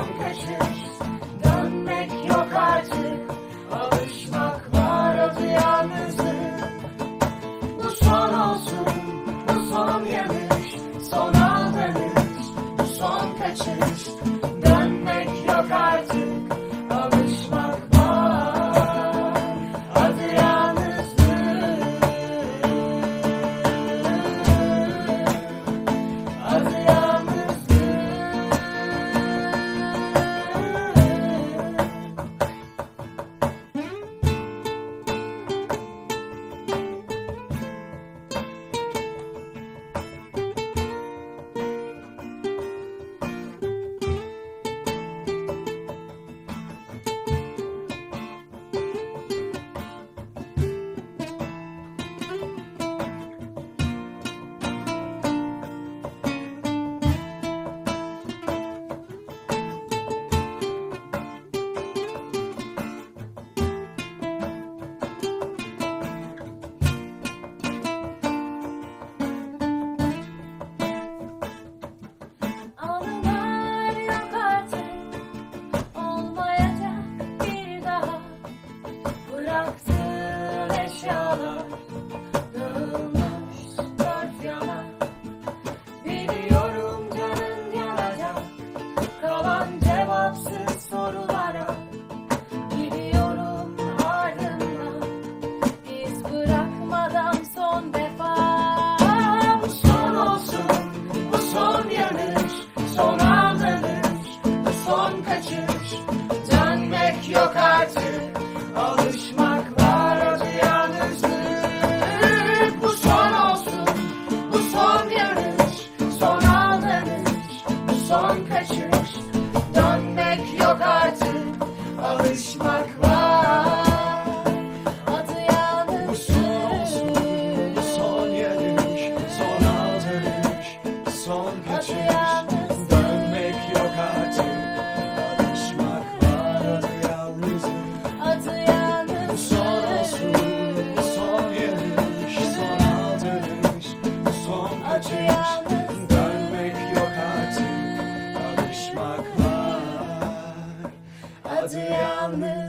son kaçış. Dönmek yok artık, alışmak var adı yalnızlık. Bu son olsun, bu son yanış, son aldanış, bu son kaçış. Dönmek yok artık, alışmak var adı yalnızlık. Adı yalnızlık. Anılar yok artık, olmayacak bir daha. Bıraktığın eşyalar dağılmış dört yana. Biliyorum canın yanacak, kalan cevapsız sorulara. Gidiyorum ardından, iz bırakmadan son defa. Bu son olsun, bu son yanış, son aldanış, bu son kaçış. Dönmek yok artık, alışmak var adı yalnızlık. Bu son olsun, bu son yanış, son aldanış, bu son kaçış. Dönmek yok artık, alışmak var adı yalnızlık. Bu son yanış, son aldanış, son kaçış. Dönmek yok artık, alışmak var adı yalnızlık. Adı Bu son olsun, yalnızlık. bu son yanış, son aldanış, son kaçış. yalnızlık. Dönmek yok artık, alışmak var Adı yalnızlık.